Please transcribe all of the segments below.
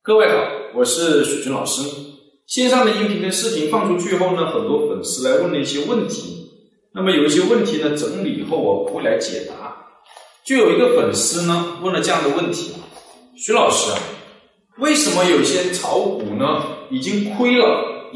各位好，我是许军老师。线上的音频跟视频放出去后呢，很多粉丝来问了一些问题。那么有一些问题呢，整理以后我会来解答。就有一个粉丝呢问了这样的问题：许老师啊，为什么有些炒股呢已经亏了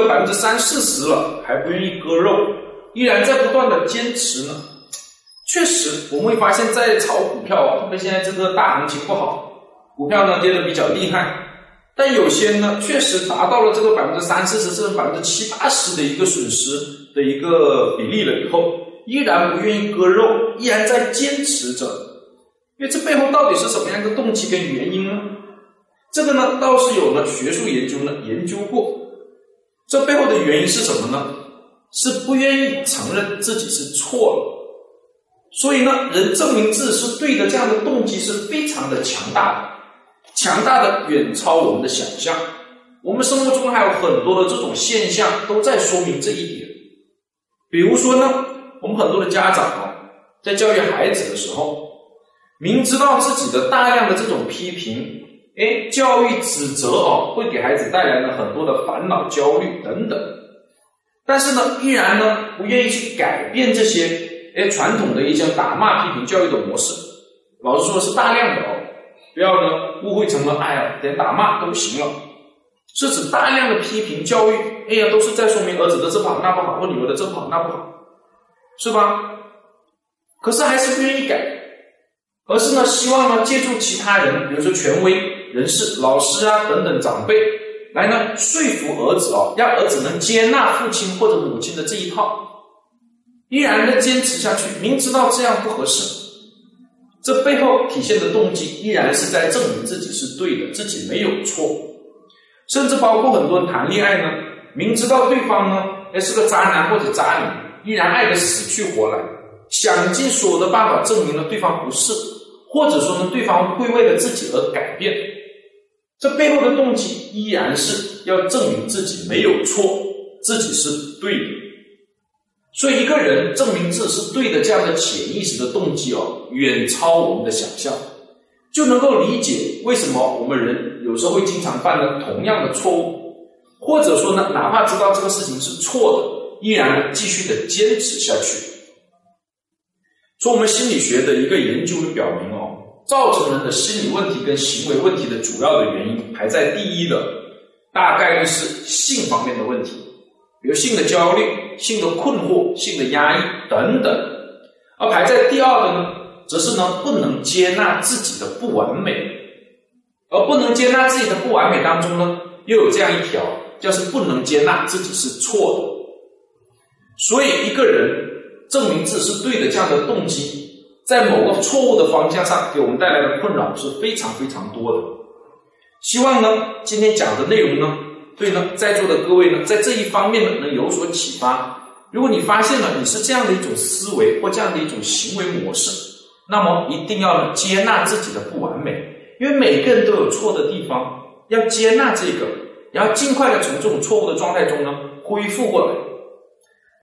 30-40%了，还不愿意割肉，依然在不断的坚持呢？确实，我们会发现，在炒股票，特别现在这个大行情不好，股票呢跌得比较厉害，但有些呢确实达到了这个30-40%甚至70-80%的一个损失的一个比例了以后，依然不愿意割肉，依然在坚持着。因为这背后到底是什么样的动机跟原因呢？这个呢倒是有了学术研究过，这背后的原因是什么呢？是不愿意承认自己是错了。所以呢，人证明自己是对的这样的动机是非常的强大的远超我们的想象。我们生活中还有很多的这种现象都在说明这一点。比如说呢，我们很多的家长在教育孩子的时候，明知道自己的大量的这种批评，教育指责会给孩子带来了很多的烦恼、焦虑等等，但是呢，依然呢不愿意去改变这些传统的一些打骂批评教育的模式。老师说的是大量的不要呢误会成了连打骂都行了，是指大量的批评教育，都是在说明儿子的这不好那不好，或女儿的这不好那不好，是吧？可是还是不愿意改，而是呢希望呢借助其他人，比如说权威人士、老师等等长辈，来呢说服儿子让儿子能接纳父亲或者母亲的这一套，依然的坚持下去，明知道这样不合适。这背后体现的动机依然是在证明自己是对的，自己没有错。甚至包括很多人谈恋爱呢，明知道对方呢是个渣男或者渣女，依然爱得死去活来，想尽所有的办法证明了对方不是，或者说呢对方会为了自己而改变。这背后的动机依然是要证明自己没有错，自己是对的。所以一个人证明自己是对的这样的潜意识的动机远超我们的想象，就能够理解为什么我们人有时候会经常犯了同样的错误，或者说呢哪怕知道这个事情是错的，依然继续的坚持下去。从我们心理学的一个研究表明造成人的心理问题跟行为问题的主要的原因，排在第一的大概率是性方面的问题，比如性的焦虑、性的困惑、性的压抑等等。而排在第二的呢，则是呢不能接纳自己的不完美。而不能接纳自己的不完美当中呢，又有这样一条，就是不能接纳自己是错的。所以一个人证明自己是对的这样的动机，在某个错误的方向上给我们带来的困扰是非常非常多的。希望呢今天讲的内容呢，对呢在座的各位呢，在这一方面呢能有所启发。如果你发现了你是这样的一种思维或这样的一种行为模式，那么一定要接纳自己的不完美，因为每个人都有错的地方，要接纳这个，然后尽快的从这种错误的状态中呢恢复过来。